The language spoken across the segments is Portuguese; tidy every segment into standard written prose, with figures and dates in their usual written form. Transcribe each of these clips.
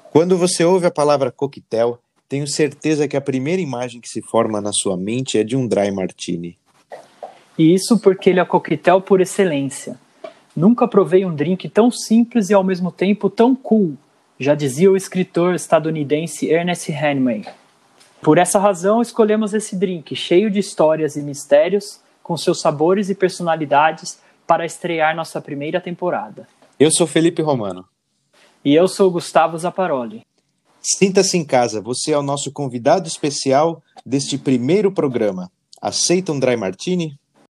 Quando você ouve a palavra coquetel, tenho certeza que a primeira imagem que se forma na sua mente é de um dry martini. E isso porque ele é coquetel por excelência. Nunca provei um drink tão simples e ao mesmo tempo tão cool, já dizia o escritor estadunidense Ernest Hemingway. Por essa razão, escolhemos esse drink cheio de histórias e mistérios, com seus sabores e personalidades, para estrear nossa primeira temporada. Eu sou Felipe Romano. E eu sou Gustavo Zaparoli. Sinta-se em casa, você é o nosso convidado especial deste primeiro programa. Aceita um dry martini?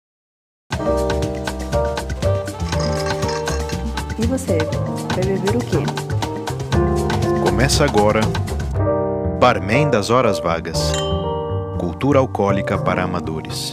E você, vai beber o quê? Começa agora Barman das Horas Vagas. Cultura alcoólica para amadores.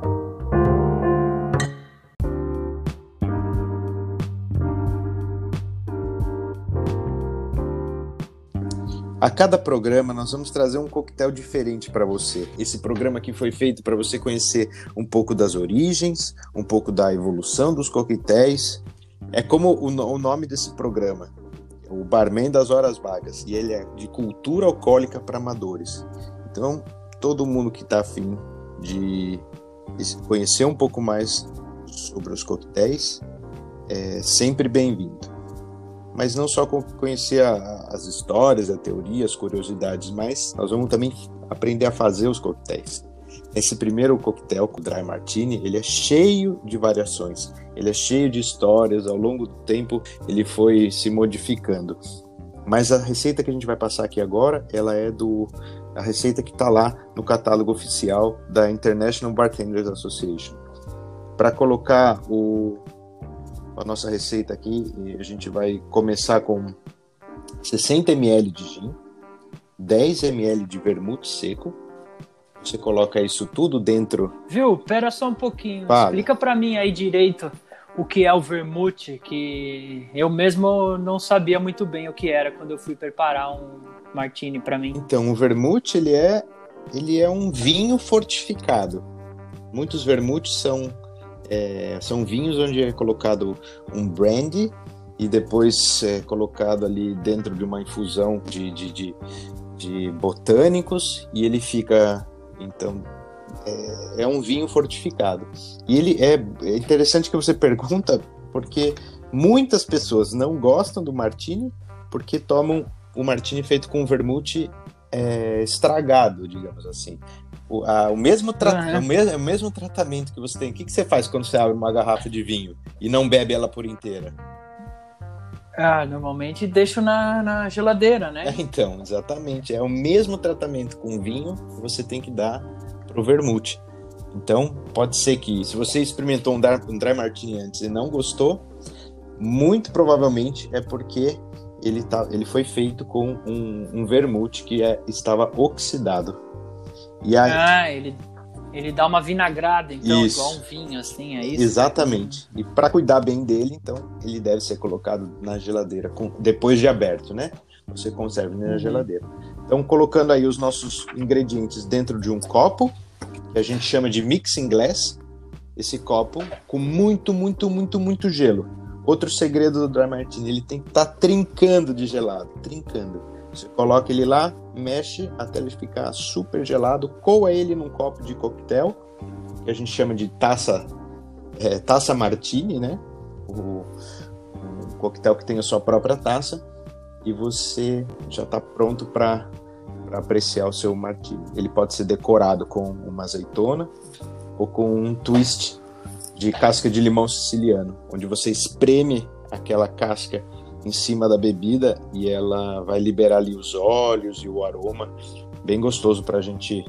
A cada programa nós vamos trazer um coquetel diferente para você. Esse programa aqui foi feito para você conhecer um pouco das origens, um pouco da evolução dos coquetéis. É como o nome desse programa, o Barman das Horas Vagas, e ele é de cultura alcoólica para amadores. Então, todo mundo que está afim de conhecer um pouco mais sobre os coquetéis é sempre bem-vindo. Mas não só conhecer as histórias, a teoria, as curiosidades, mas nós vamos também aprender a fazer os coquetéis. Esse primeiro coquetel, o Dry Martini, ele é cheio de variações, ele é cheio de histórias, ao longo do tempo ele foi se modificando. Mas a receita que a gente vai passar aqui agora, ela é a receita que está lá no catálogo oficial da International Bartenders Association. Para colocar a nossa receita aqui, a gente vai começar com 60 ml de gin, 10 ml de vermute seco. Você coloca isso tudo dentro... Viu? Pera só um pouquinho. Fala. Explica pra mim aí direito o que é o vermute, que eu mesmo não sabia muito bem o que era quando eu fui preparar um martini pra mim. Então, o vermute, ele é um vinho fortificado. Muitos vermutes são vinhos onde é colocado um brandy e depois é colocado ali dentro de uma infusão de botânicos, e ele fica, então, é um vinho fortificado. E ele é interessante que você pergunta, porque muitas pessoas não gostam do martini porque tomam o martini feito com vermute estragado, digamos assim. O mesmo tratamento que você tem. O que você faz quando você abre uma garrafa de vinho e não bebe ela por inteira? Normalmente deixo na geladeira, né? Então, exatamente. É o mesmo tratamento com vinho que você tem que dar pro vermute. Então, pode ser que, se você experimentou um dry martini antes e não gostou, muito provavelmente é porque ele foi feito com um vermute que estava oxidado. E aí, ele dá uma vinagrada, então, isso. Igual um vinho, assim, é isso? Exatamente. E para cuidar bem dele, então, ele deve ser colocado na geladeira, depois de aberto, né? Você conserva na geladeira. Então, colocando aí os nossos ingredientes dentro de um copo, que a gente chama de mixing glass, esse copo com muito, muito, muito, muito gelo. Outro segredo do Dry Martini, ele tem que estar trincando de gelado, trincando. Você coloca ele lá, mexe até ele ficar super gelado, coa ele num copo de coquetel, que a gente chama de taça martini, né? Um coquetel que tem a sua própria taça, e você já está pronto para apreciar o seu martini. Ele pode ser decorado com uma azeitona ou com um twist de casca de limão siciliano, onde você espreme aquela casca em cima da bebida e ela vai liberar ali os óleos e o aroma, bem gostoso pra gente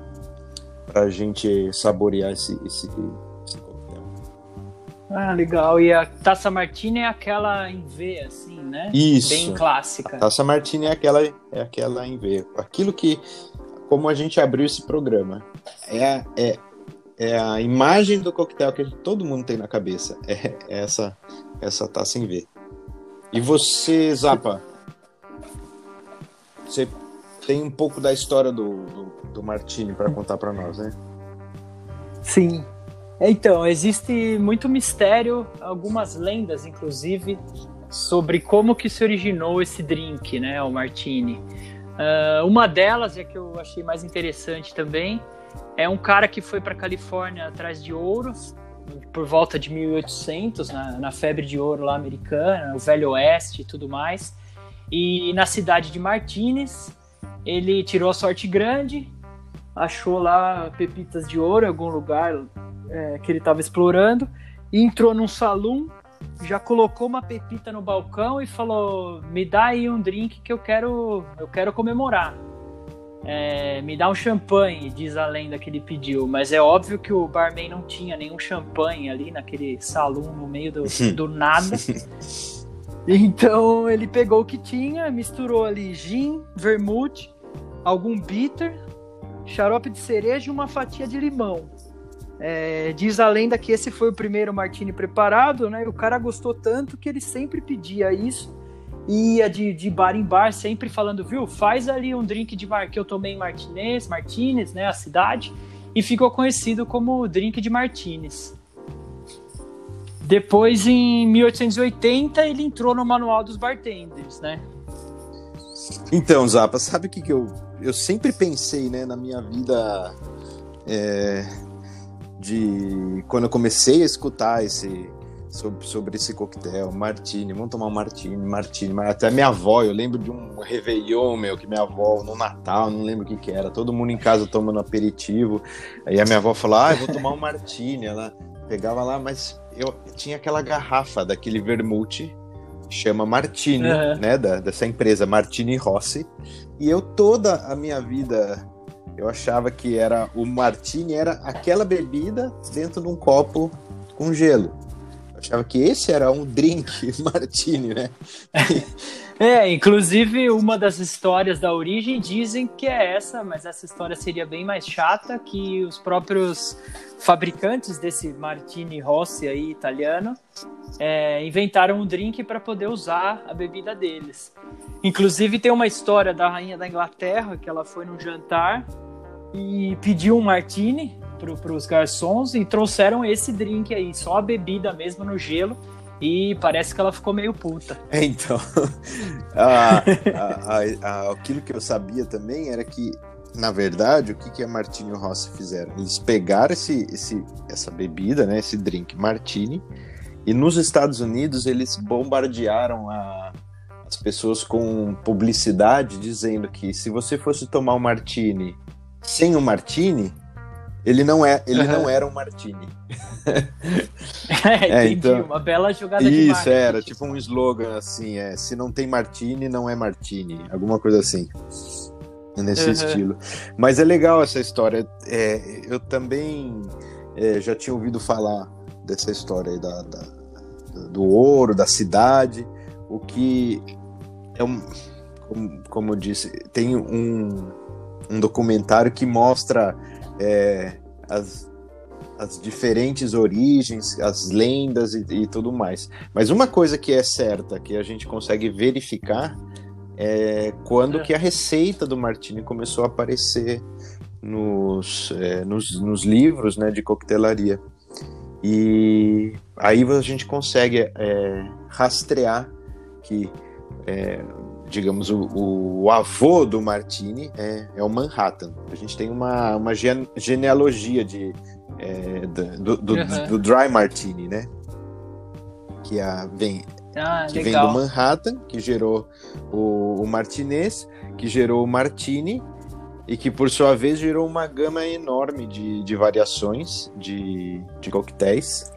saborear esse coquetel. Legal. E a taça martini é aquela em V, assim, né? Isso. Bem clássica. A taça martini é aquela em V. Aquilo que, como a gente abriu esse programa, é a imagem do coquetel que todo mundo tem na cabeça. É essa taça em V. E você, Zapa, você tem um pouco da história do martini para contar para nós, né? Sim. Então, existe muito mistério, algumas lendas, inclusive, sobre como que se originou esse drink, né, o Martini. Uma delas, que eu achei mais interessante também, é um cara que foi para a Califórnia atrás de ouro, por volta de 1800, na febre de ouro lá americana, o Velho Oeste e tudo mais. E na cidade de Martinez, ele tirou a sorte grande, achou lá pepitas de ouro em algum lugar que ele estava explorando, e entrou num salão, já colocou uma pepita no balcão e falou: me dá aí um drink que eu quero comemorar. Me dá um champanhe, diz a lenda que ele pediu, mas é óbvio que o barman não tinha nenhum champanhe ali naquele salão no meio do nada. Então ele pegou o que tinha, misturou ali gin, vermute, algum bitter, xarope de cereja e uma fatia de limão. Diz a lenda que esse foi o primeiro martini preparado, né? E o cara gostou tanto que ele sempre pedia isso. E ia de bar em bar, sempre falando, viu, faz ali um drink de bar que eu tomei em Martinez, né, a cidade, e ficou conhecido como drink de Martinez. Depois, em 1880, ele entrou no manual dos bartenders, né? Então, Zapa, sabe o que eu sempre pensei, né, na minha vida, quando eu comecei a escutar sobre esse coquetel, Martini, vamos tomar um Martini, até minha avó, eu lembro de um Réveillon, que minha avó, no Natal, não lembro o que era, todo mundo em casa tomando aperitivo, aí a minha avó falou, eu vou tomar um Martini, ela pegava lá, mas eu tinha aquela garrafa daquele vermute, chama Martini, né, dessa empresa, Martini Rossi, e eu toda a minha vida, eu achava que o Martini era aquela bebida dentro de um copo com gelo. Eu achava que esse era um drink Martini, né? Inclusive uma das histórias da origem dizem que é essa, mas essa história seria bem mais chata, que os próprios fabricantes desse Martini Rossi aí, italiano, inventaram um drink para poder usar a bebida deles. Inclusive tem uma história da rainha da Inglaterra, que ela foi num jantar e pediu um Martini para os garçons e trouxeram esse drink aí, só a bebida mesmo no gelo, e parece que ela ficou meio puta. Então, aquilo que eu sabia também era que, na verdade, o que a Martini e o Rossi fizeram? Eles pegaram essa bebida, né, esse drink Martini, e nos Estados Unidos eles bombardearam as pessoas com publicidade dizendo que se você fosse tomar um Martini sem o Martini, ele não era um Martini. Entendi, então, uma bela jogada de marketing. Isso, era tipo um slogan assim, se não tem Martini, não é Martini, alguma coisa assim, nesse estilo. Mas é legal essa história, eu também já tinha ouvido falar dessa história aí do ouro, da cidade, o que como eu disse, tem um documentário que mostra as diferentes origens, as lendas e tudo mais. Mas uma coisa que é certa, que a gente consegue verificar, é quando que a receita do Martini começou a aparecer nos livros, né, de coquetelaria. E aí a gente consegue rastrear que digamos, o avô do Martini é o Manhattan. A gente tem uma genealogia do Dry Martini, né? Que vem do Manhattan, que gerou o Martinez, que gerou o Martini, e que, por sua vez, gerou uma gama enorme de variações de coquetéis,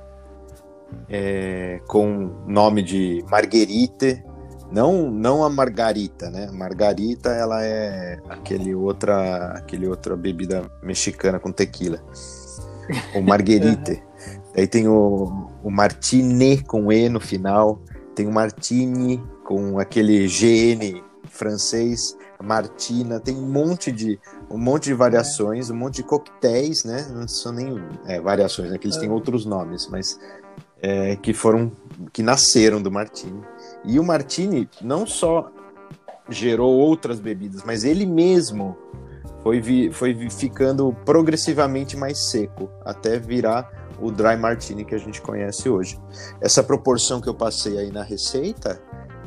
com nome de Marguerite. Não a Margarita, né? Margarita, ela é aquele outra bebida mexicana com tequila. O Marguerite. Aí tem o Martini com E no final. Tem o Martini com aquele GN francês. Martina. Tem um monte de variações, um monte de coquetéis, né? Não são nem variações, né? Que eles têm outros nomes, mas que nasceram do Martini. E o Martini não só gerou outras bebidas, mas ele mesmo foi ficando progressivamente mais seco, até virar o Dry Martini que a gente conhece hoje. Essa proporção que eu passei aí na receita,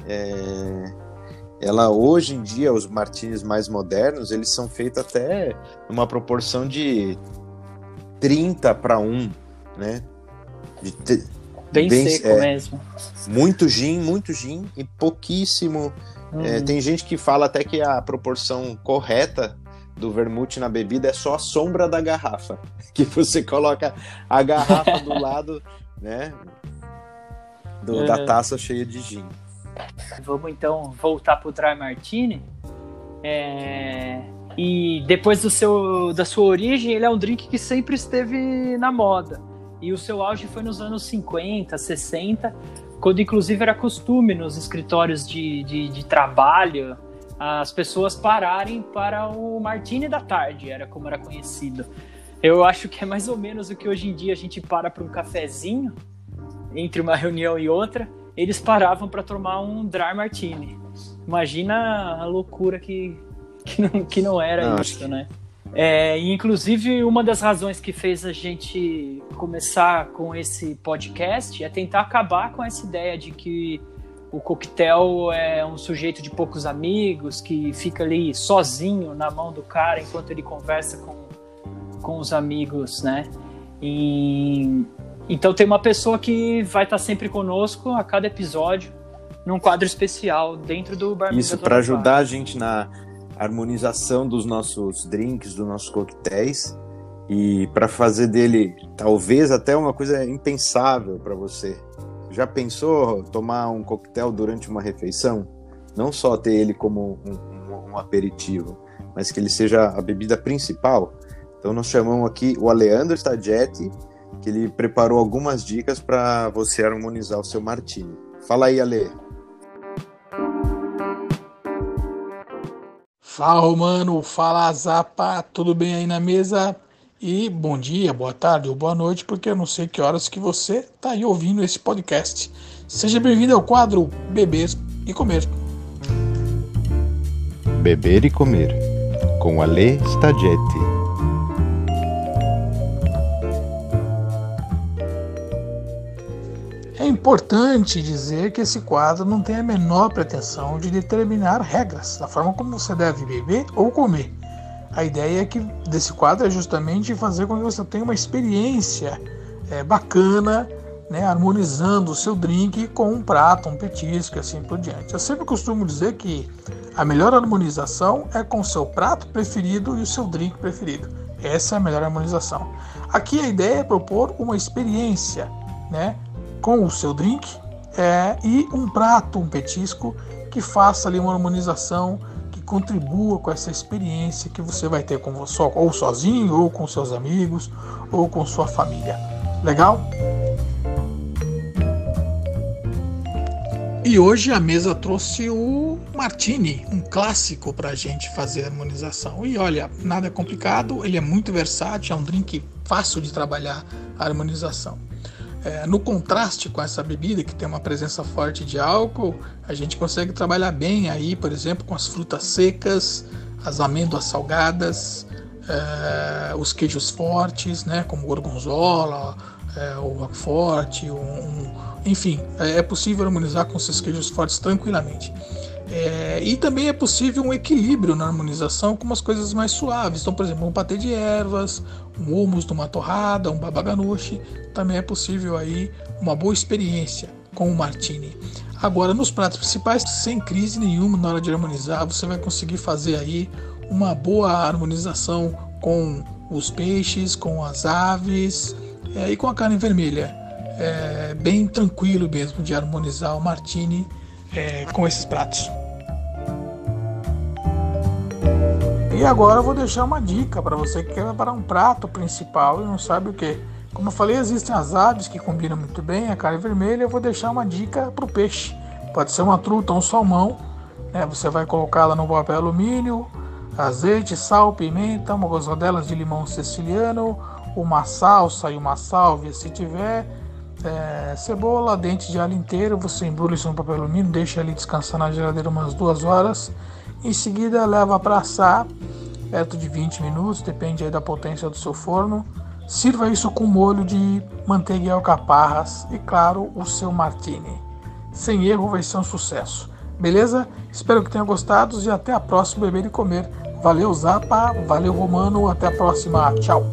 ela hoje em dia, os martinis mais modernos, eles são feitos até numa proporção de 30-1, né? Bem seco mesmo. Muito gin e pouquíssimo. Tem gente que fala até que a proporção correta do vermute na bebida é só a sombra da garrafa, que você coloca a garrafa do lado, né, da taça cheia de gin. Vamos então voltar pro Dry Martini. E depois da sua origem, ele é um drink que sempre esteve na moda. E o seu auge foi nos anos 50, 60, quando inclusive era costume nos escritórios de trabalho as pessoas pararem para o Martini da tarde, era como era conhecido. Eu acho que é mais ou menos o que hoje em dia a gente para um cafezinho, entre uma reunião e outra, eles paravam para tomar um Dry Martini. Imagina a loucura que não era isso, né? E inclusive uma das razões que fez a gente começar com esse podcast é tentar acabar com essa ideia de que o coquetel é um sujeito de poucos amigos que fica ali sozinho na mão do cara enquanto ele conversa com os amigos, né? Então tem uma pessoa que vai estar sempre conosco a cada episódio num quadro especial dentro do Barman das Horas Vagas. Isso para ajudar a gente na harmonização dos nossos drinks, dos nossos coquetéis, e para fazer dele talvez até uma coisa impensável para você. Já pensou tomar um coquetel durante uma refeição? Não só ter ele como um aperitivo, mas que ele seja a bebida principal? Então nós chamamos aqui o Aleandro Staggetti, que ele preparou algumas dicas para você harmonizar o seu martini. Fala aí, Ale. Fala, mano. Fala, Zapa. Tudo bem aí na mesa? E bom dia, boa tarde ou boa noite, porque eu não sei que horas que você está aí ouvindo esse podcast. Seja bem-vindo ao quadro Beber e Comer. Beber e Comer, com Ale Staggetti. É importante dizer que esse quadro não tem a menor pretensão de determinar regras da forma como você deve beber ou comer. A ideia desse quadro é justamente fazer com que você tenha uma experiência bacana, né, harmonizando o seu drink com um prato, um petisco e assim por diante. Eu sempre costumo dizer que a melhor harmonização é com o seu prato preferido e o seu drink preferido. Essa é a melhor harmonização. Aqui a ideia é propor uma experiência, né, com o seu drink e um prato, um petisco que faça ali uma harmonização, que contribua com essa experiência que você vai ter com você, ou sozinho, ou com seus amigos, ou com sua família. Legal? E hoje a mesa trouxe o Martini, um clássico para a gente fazer a harmonização. E olha, nada complicado, ele é muito versátil, é um drink fácil de trabalhar a harmonização. No contraste com essa bebida que tem uma presença forte de álcool, a gente consegue trabalhar bem aí, por exemplo, com as frutas secas, as amêndoas salgadas, os queijos fortes, né, como gorgonzola, o roquefort, enfim, é possível harmonizar com esses queijos fortes tranquilamente. E também é possível um equilíbrio na harmonização com umas coisas mais suaves. Então, por exemplo, um patê de ervas, um hummus de uma torrada, um baba ganoush. Também é possível aí uma boa experiência com o martini. Agora, nos pratos principais, sem crise nenhuma na hora de harmonizar, você vai conseguir fazer aí uma boa harmonização com os peixes, com as aves e com a carne vermelha. É bem tranquilo mesmo de harmonizar o martini com esses pratos. E agora eu vou deixar uma dica para você que quer preparar um prato principal e não sabe o que. Como eu falei, existem as aves que combinam muito bem, a carne vermelha. Eu vou deixar uma dica para o peixe. Pode ser uma truta ou um salmão. Você vai colocá-la no papel alumínio, azeite, sal, pimenta, umas rodelas de limão siciliano, uma salsa e uma sálvia se tiver, cebola, dente de alho inteiro. Você embrulha isso no papel alumínio, deixa ele descansar na geladeira umas 2 horas. Em seguida leva para assar perto de 20 minutos, depende aí da potência do seu forno. Sirva isso com molho de manteiga e alcaparras e, claro, o seu martini. Sem erro, vai ser um sucesso. Beleza? Espero que tenham gostado e até a próxima Beber e Comer. Valeu, Zapa. Valeu, Romano. Até a próxima. Tchau.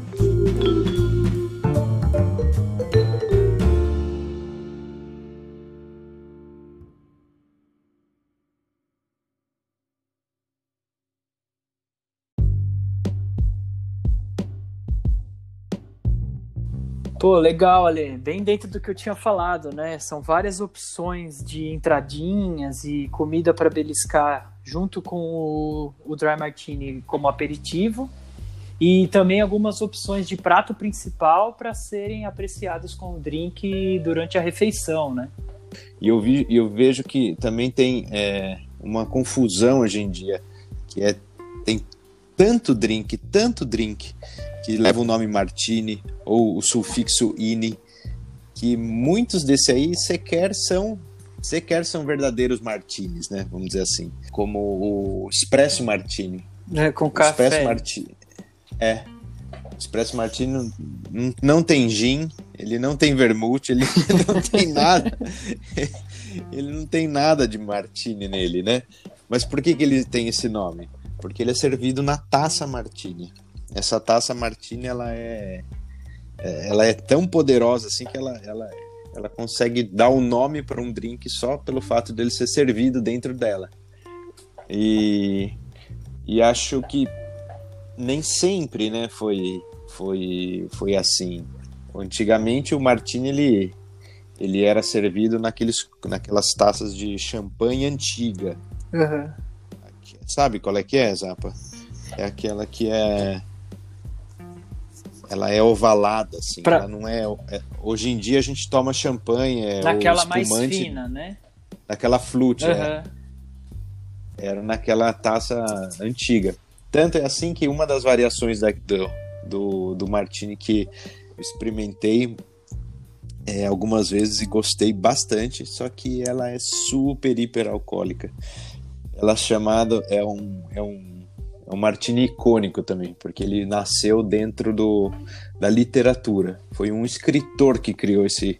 Pô, legal, Ale. Bem dentro do que eu tinha falado, né? São várias opções de entradinhas e comida para beliscar junto com o Dry Martini como aperitivo e também algumas opções de prato principal para serem apreciados com o drink durante a refeição, né? E eu vejo que também tem uma confusão hoje em dia, que tem tanto drink, que leva o nome Martini ou o sufixo "ini", que muitos desse aí sequer são verdadeiros martinis, né? Vamos dizer assim. Como o Espresso Martini. Com café. Espresso Martini. Espresso Martini não tem gin, ele não tem vermute, ele não tem nada. Ele não tem nada de martini nele, né? Mas por que ele tem esse nome? Porque ele é servido na taça Martini. Essa taça Martini, ela é tão poderosa assim que ela consegue dar um nome para um drink só pelo fato dele ser servido dentro dela. E acho que nem sempre, né, foi assim. Antigamente o Martini ele era servido naquelas taças de champanhe antiga. Uhum. Sabe qual é que é, Zapa? É aquela que ela é ovalada, assim. Ela não é. Hoje em dia a gente toma champanhe. Naquela mais fina, né? Naquela flute, Era naquela taça antiga. Tanto é assim que uma das variações do Martini que eu experimentei algumas vezes e gostei bastante, só que ela é super, hiper alcoólica. Ela é um Martini icônico também, porque ele nasceu dentro da literatura. Foi um escritor que criou esse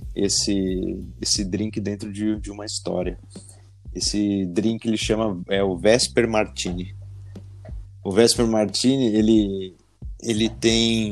drink dentro de uma história. Esse drink ele chama o Vesper Martini. O Vesper Martini ele tem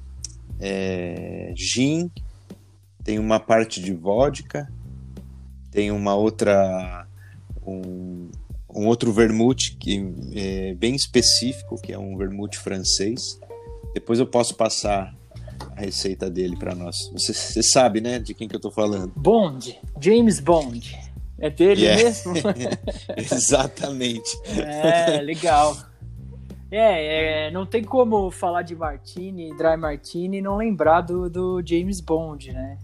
gin, tem uma parte de vodka, tem uma outra um outro vermute que é bem específico, que é um vermute francês. Depois eu posso passar a receita dele para nós. Você sabe, né, de quem que eu tô falando? Bond, James Bond. É dele mesmo? Exatamente. Legal. Não tem como falar de Martini, Dry Martini e não lembrar do James Bond, né?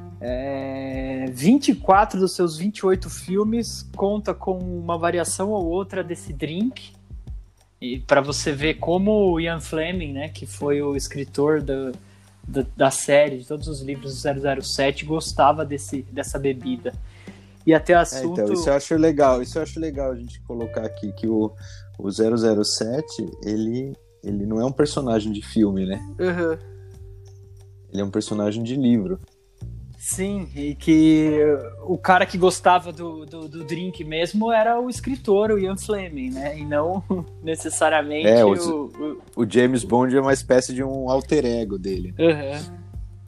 24 dos seus 28 filmes conta com uma variação ou outra desse drink, e para você ver como o Ian Fleming, né, que foi o escritor da série, de todos os livros do 007, gostava dessa bebida. E até assunto... Então, isso eu acho legal a gente colocar aqui, que o 007, ele não é um personagem de filme, né? Uhum. Ele é um personagem de livro. Sim, e que o cara que gostava do drink mesmo era o escritor, o Ian Fleming, né? E não necessariamente o James Bond é uma espécie de um alter ego dele. Uhum.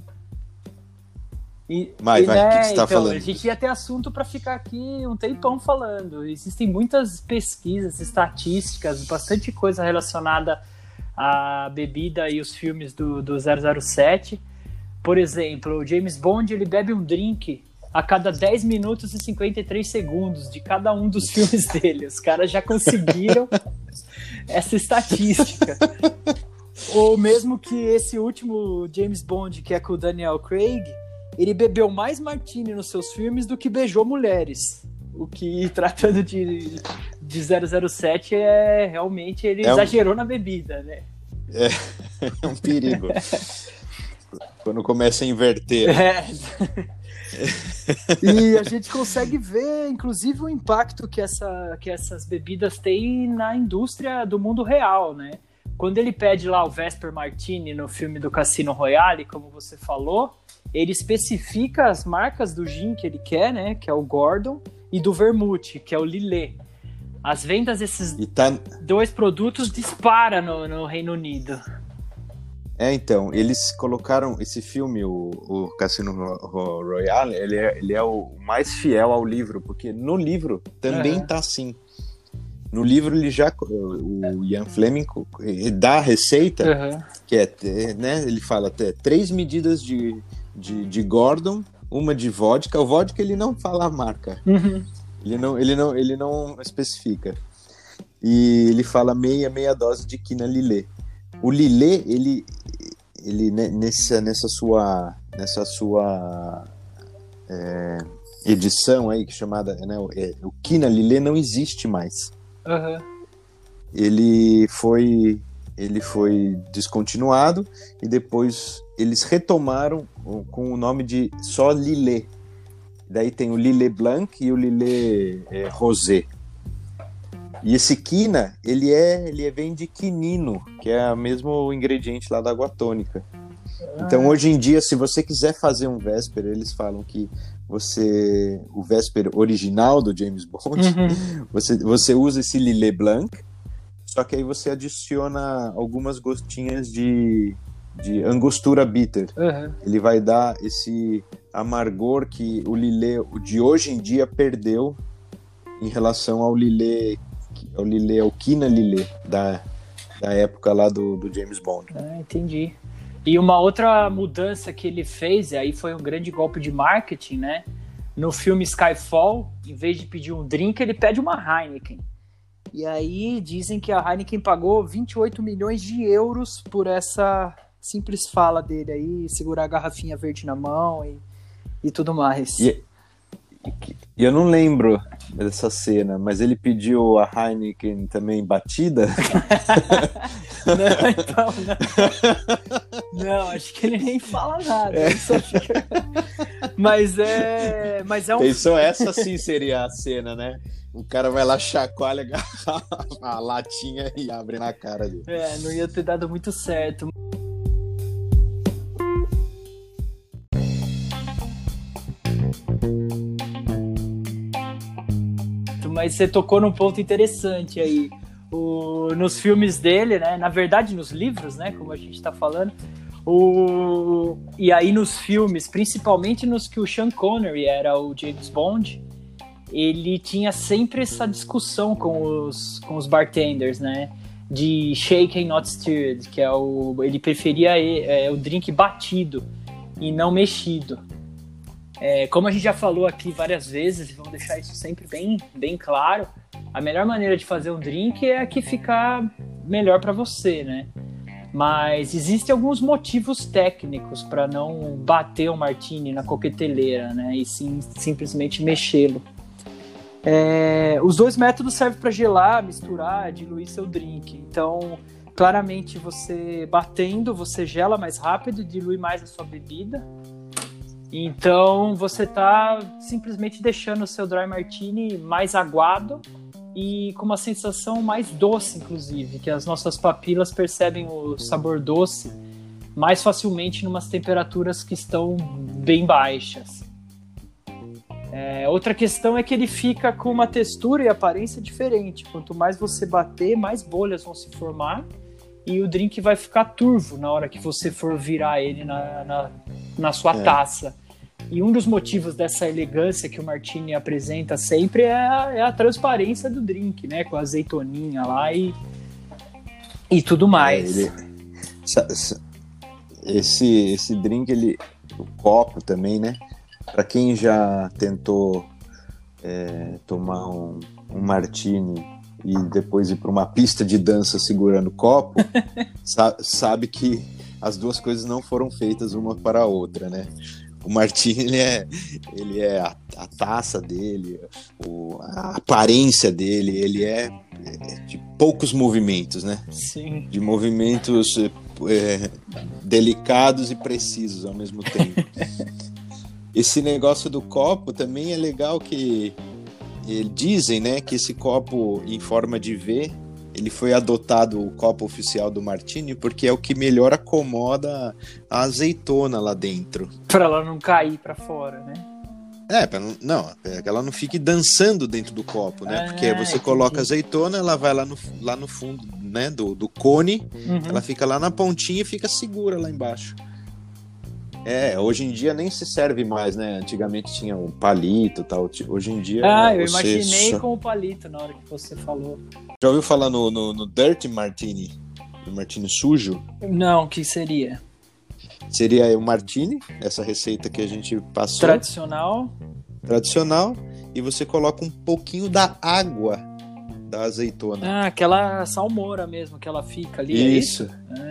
O que você tá falando? A gente ia ter assunto para ficar aqui um tempão falando. Existem muitas pesquisas, estatísticas, bastante coisa relacionada à bebida e os filmes do 007. Por exemplo, o James Bond, ele bebe um drink a cada 10 minutos e 53 segundos de cada um dos filmes dele. Os caras já conseguiram essa estatística. Ou mesmo que esse último James Bond, que é com o Daniel Craig, ele bebeu mais martini nos seus filmes do que beijou mulheres. O que, tratando de 007, realmente ele exagerou na bebida, né? É um perigo. Quando começa a inverter. E a gente consegue ver, inclusive, o impacto que essas bebidas têm na indústria do mundo real, né? quando ele pede lá o Vesper Martini no filme do Cassino Royale, como você falou, ele especifica as marcas do gin que ele quer, né? Que é o Gordon, e do Vermouth, que é o Lillet. As vendas desses dois produtos disparam no Reino Unido. Então, eles colocaram esse filme, o Cassino Royale, ele é o mais fiel ao livro, porque no livro também tá assim. No livro o Ian Fleming dá a receita, que é, né, ele fala até 3 medidas de Gordon, uma de vodka. O vodka ele não fala a marca, ele não especifica. E ele fala meia dose de quina Lillet. O Lillet, ele nessa sua edição aí, que é chamada, né, o quina Lillet não existe mais. Ele foi descontinuado e depois eles retomaram com o nome de só Lillet. Daí tem o Lillet Blanc e o Lillet Rosé. E esse quina, ele vem de quinino, que é o mesmo ingrediente lá da água tônica. Então, hoje em dia, se você quiser fazer um Vesper, eles falam que o Vesper original do James Bond, você usa esse Lillet Blanc, só que aí você adiciona algumas gotinhas de Angostura Bitter. Ele vai dar esse amargor que o Lillet de hoje em dia perdeu em relação ao Lillet, ao quina Lillet da época lá do James Bond. Entendi. E uma outra mudança que ele fez, e aí foi um grande golpe de marketing, né? No filme Skyfall, em vez de pedir um drink, ele pede uma Heineken. E aí dizem que a Heineken pagou 28 milhões de euros por essa simples fala dele aí, segurar a garrafinha verde na mão e tudo mais. E eu não lembro dessa cena, mas ele pediu a Heineken também batida? Não, então, não, acho que ele nem fala nada. Ele só fica... Mas é um... Pensou, essa sim seria a cena, né? O cara vai lá, chacoalha a latinha e abre na cara dele. Não ia ter dado muito certo. Mas você tocou num ponto interessante aí. Nos filmes dele, né? Na verdade, nos livros, né? Como a gente tá falando. E aí nos filmes, principalmente nos que o Sean Connery era o James Bond, ele tinha sempre essa discussão com os bartenders, né? De shaken, not stirred, que é ele preferia o drink batido e não mexido. Como a gente já falou aqui várias vezes, vamos deixar isso sempre bem, bem claro, a melhor maneira de fazer um drink é a que ficar melhor para você, né? Mas existem alguns motivos técnicos para não bater o martini na coqueteleira, né? E sim, simplesmente mexê-lo. Os dois métodos servem para gelar, misturar, diluir seu drink. Então, claramente, você batendo, você gela mais rápido e dilui mais a sua bebida. Então, você está simplesmente deixando o seu dry martini mais aguado e com uma sensação mais doce, inclusive, que as nossas papilas percebem o sabor doce mais facilmente em umas temperaturas que estão bem baixas. Outra questão é que ele fica com uma textura e aparência diferente. Quanto mais você bater, mais bolhas vão se formar e o drink vai ficar turvo na hora que você for virar ele na sua taça. E um dos motivos dessa elegância que o Martini apresenta sempre é a transparência do drink, né? Com a azeitoninha lá e tudo mais. Esse drink, o copo também, né? Para quem já tentou tomar um Martini e depois ir para uma pista de dança segurando o copo, sabe que as duas coisas não foram feitas uma para a outra, né? O Martini, ele é a taça dele, a aparência dele, ele é de poucos movimentos, né? Sim. De movimentos delicados e precisos ao mesmo tempo. Esse negócio do copo também é legal, que dizem, né, que esse copo em forma de V ele foi adotado o copo oficial do Martini porque é o que melhor acomoda a azeitona lá dentro. Pra ela não cair pra fora, né? É que ela não fique dançando dentro do copo, né? Porque aí você coloca a azeitona, ela vai lá no fundo, né, do cone, ela fica lá na pontinha e fica segura lá embaixo. Hoje em dia nem se serve mais, né? Antigamente tinha um palito e tal. Hoje em dia... eu imaginei com o palito na hora que você falou. Já ouviu falar no Dirty Martini? No Martini sujo? Não, o que seria? Seria o Martini, essa receita que a gente passou. Tradicional. E você coloca um pouquinho da água da azeitona. Aquela salmoura mesmo, que ela fica ali. Isso.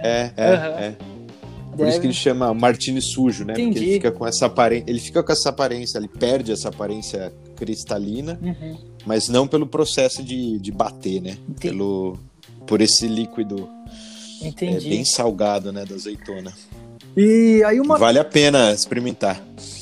Por isso que ele chama Martini sujo, né? Entendi. Porque ele fica com essa aparência. Ele fica com essa aparência, ele perde essa aparência cristalina, mas não pelo processo de bater, né? Por esse líquido bem salgado, né, da azeitona. E aí vale a pena experimentar.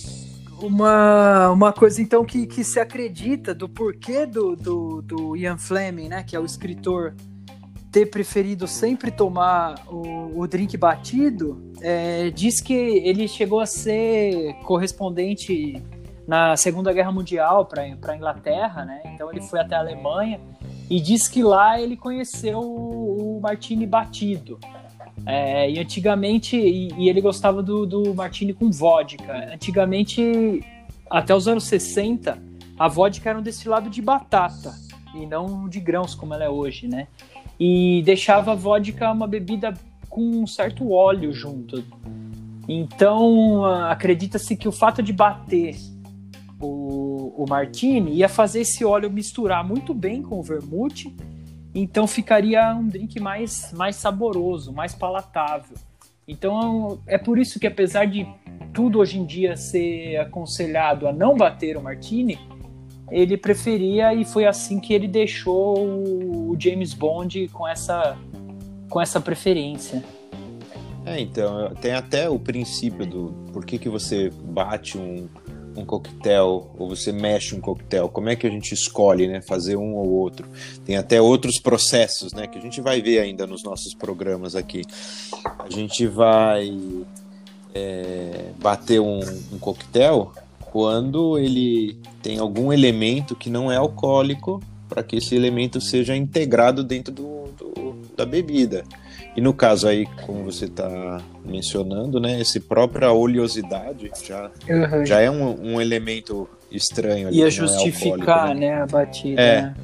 Uma coisa então que se acredita do porquê do Ian Fleming, né, que é o escritor, ter preferido sempre tomar o drink batido, diz que ele chegou a ser correspondente na Segunda Guerra Mundial para a Inglaterra, né? Então ele foi até a Alemanha e diz que lá ele conheceu o Martini batido. E antigamente, e ele gostava do Martini com vodka. Antigamente, até os anos 60, a vodka era um destilado de batata e não de grãos como ela é hoje, né? E deixava a vodka uma bebida com um certo óleo junto. Então, acredita-se que o fato de bater o Martini ia fazer esse óleo misturar muito bem com o vermute, então ficaria um drink mais saboroso, mais palatável. Então, é por isso que, apesar de tudo hoje em dia ser aconselhado a não bater o Martini, ele preferia, e foi assim que ele deixou o James Bond com essa preferência. Então, tem até o princípio do por que você bate um coquetel ou você mexe um coquetel, como é que a gente escolhe, né, fazer um ou outro. Tem até outros processos, né, que a gente vai ver ainda nos nossos programas aqui. A gente vai bater um coquetel quando ele tem algum elemento que não é alcoólico, para que esse elemento seja integrado dentro da bebida. E no caso aí, como você está mencionando, né, essa própria oleosidade já é um elemento estranho ali. Ia justificar, né, a batida.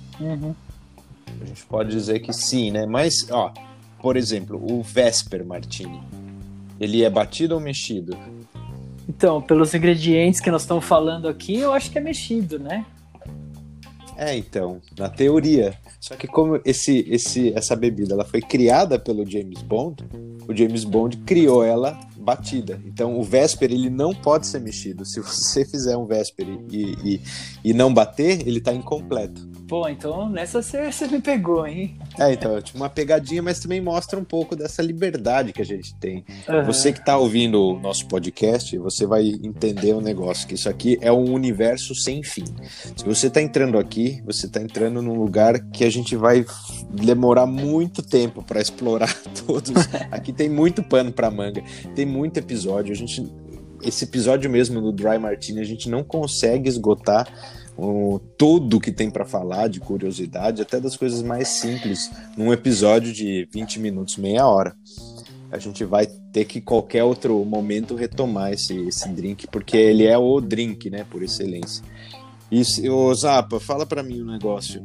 A gente pode dizer que sim, né? Mas, por exemplo, o Vesper Martini, ele é batido ou mexido? Então, pelos ingredientes que nós estamos falando aqui, eu acho que é mexido, né? Então, na teoria. Só que como essa bebida ela foi criada pelo James Bond, o James Bond criou ela batida. Então o Vesper ele não pode ser mexido. Se você fizer um Vesper e não bater, ele tá incompleto. Pô, então nessa você me pegou, hein? Então, tipo uma pegadinha, mas também mostra um pouco dessa liberdade que a gente tem. Você que tá ouvindo o nosso podcast, você vai entender o negócio, que isso aqui é um universo sem fim. Se você tá entrando aqui, você tá entrando num lugar que a gente vai demorar muito tempo para explorar todos. Aqui tem muito pano pra manga, tem muito episódio. Esse episódio mesmo do Dry Martini, a gente não consegue esgotar tudo que tem para falar de curiosidade, até das coisas mais simples, num episódio de 20 minutos, meia hora. A gente vai ter que, qualquer outro momento, retomar esse drink, porque ele é o drink, né, por excelência. Ô Zapa, fala para mim um negócio.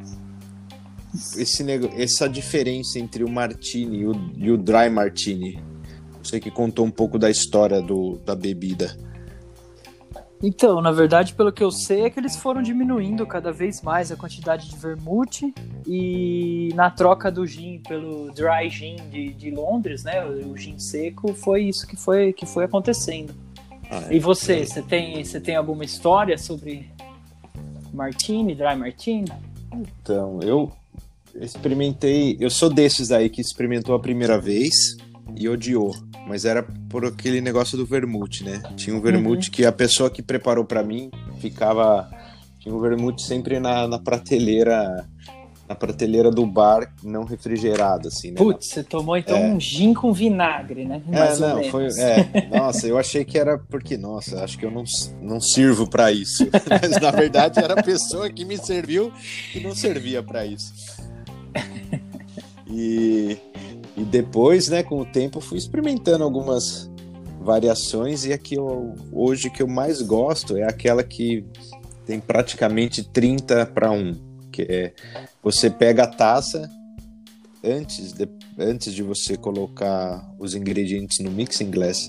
Essa diferença entre o Martini e o Dry Martini, você que contou um pouco da história da bebida. Então, na verdade, pelo que eu sei, é que eles foram diminuindo cada vez mais a quantidade de vermute, e na troca do gin pelo dry gin de Londres, né, o gin seco, foi isso que foi acontecendo. E você tem alguma história sobre Martini, Dry Martini? Então, eu experimentei, eu sou desses aí que experimentou a primeira vez e odiou, mas era por aquele negócio do vermute, né? Tinha um vermute que a pessoa que preparou pra mim tinha um vermute sempre na prateleira na prateleira do bar, não refrigerado, assim, né? Putz, você tomou então um gin com vinagre, né? Mais ou menos. Nossa, eu achei que era porque, nossa, acho que eu não sirvo pra isso. Mas na verdade era a pessoa que me serviu que não servia pra isso. E depois, né, com o tempo, eu fui experimentando algumas variações e a que hoje que eu mais gosto é aquela que tem praticamente 30-1, que é você pega a taça antes de você colocar os ingredientes no mixing glass.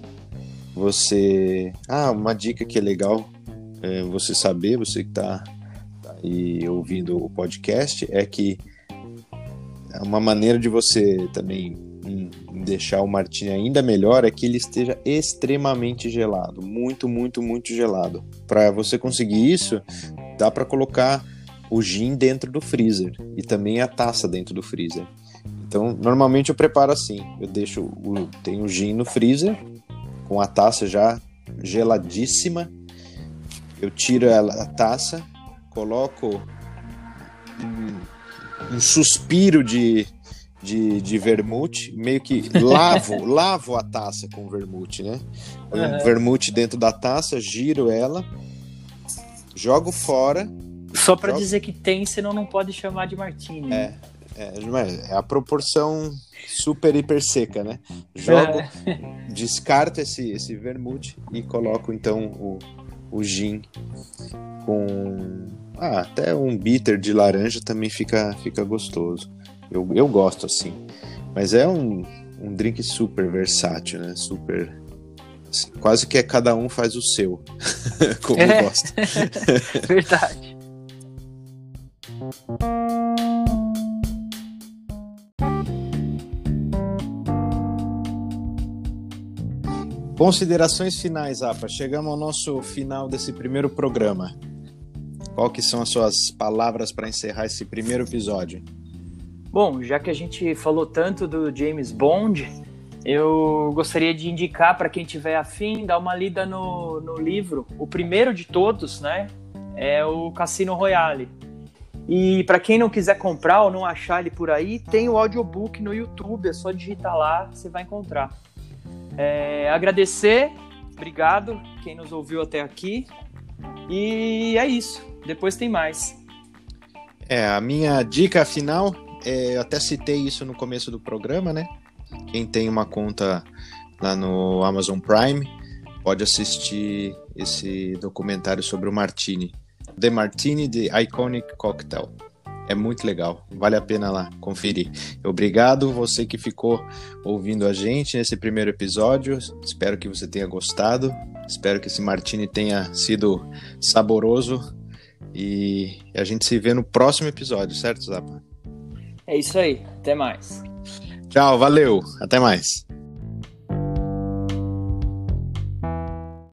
Uma dica que é legal você saber, você que tá aí ouvindo o podcast, é que uma maneira de você também deixar o martini ainda melhor é que ele esteja extremamente gelado, muito, muito, muito gelado. Para você conseguir isso, dá para colocar o gin dentro do freezer e também a taça dentro do freezer. Então, normalmente eu preparo assim, tenho o gin no freezer com a taça já geladíssima, eu tiro a taça, coloco um suspiro de vermute, meio que lavo a taça com vermute, né? Um vermute dentro da taça, giro ela, jogo fora. Só para dizer que tem, senão não pode chamar de martini. É a proporção super hiper seca, né? Jogo, descarto esse vermute e coloco então o gin com até um bitter de laranja também fica gostoso. Eu gosto assim, mas é um drink super versátil, né? Super, assim, quase que cada um faz o seu, como gosta. Verdade. Considerações finais, Apa. Chegamos ao nosso final desse primeiro programa. Qual que são as suas palavras para encerrar esse primeiro episódio? Bom, já que a gente falou tanto do James Bond, eu gostaria de indicar para quem tiver afim, dar uma lida no livro. O primeiro de todos, né, é o Cassino Royale. E para quem não quiser comprar ou não achar ele por aí, tem o audiobook no YouTube, é só digitar lá, você vai encontrar. Agradecer, obrigado quem nos ouviu até aqui. E é isso, depois tem mais. A minha dica final, eu até citei isso no começo do programa, né? Quem tem uma conta lá no Amazon Prime pode assistir esse documentário sobre o Martini. The Martini, The Iconic Cocktail. É muito legal, vale a pena lá conferir. Obrigado você que ficou ouvindo a gente nesse primeiro episódio. Espero que você tenha gostado. Espero que esse Martini tenha sido saboroso. E a gente se vê no próximo episódio, certo, Zapa? É isso aí, até mais. Tchau, valeu, até mais.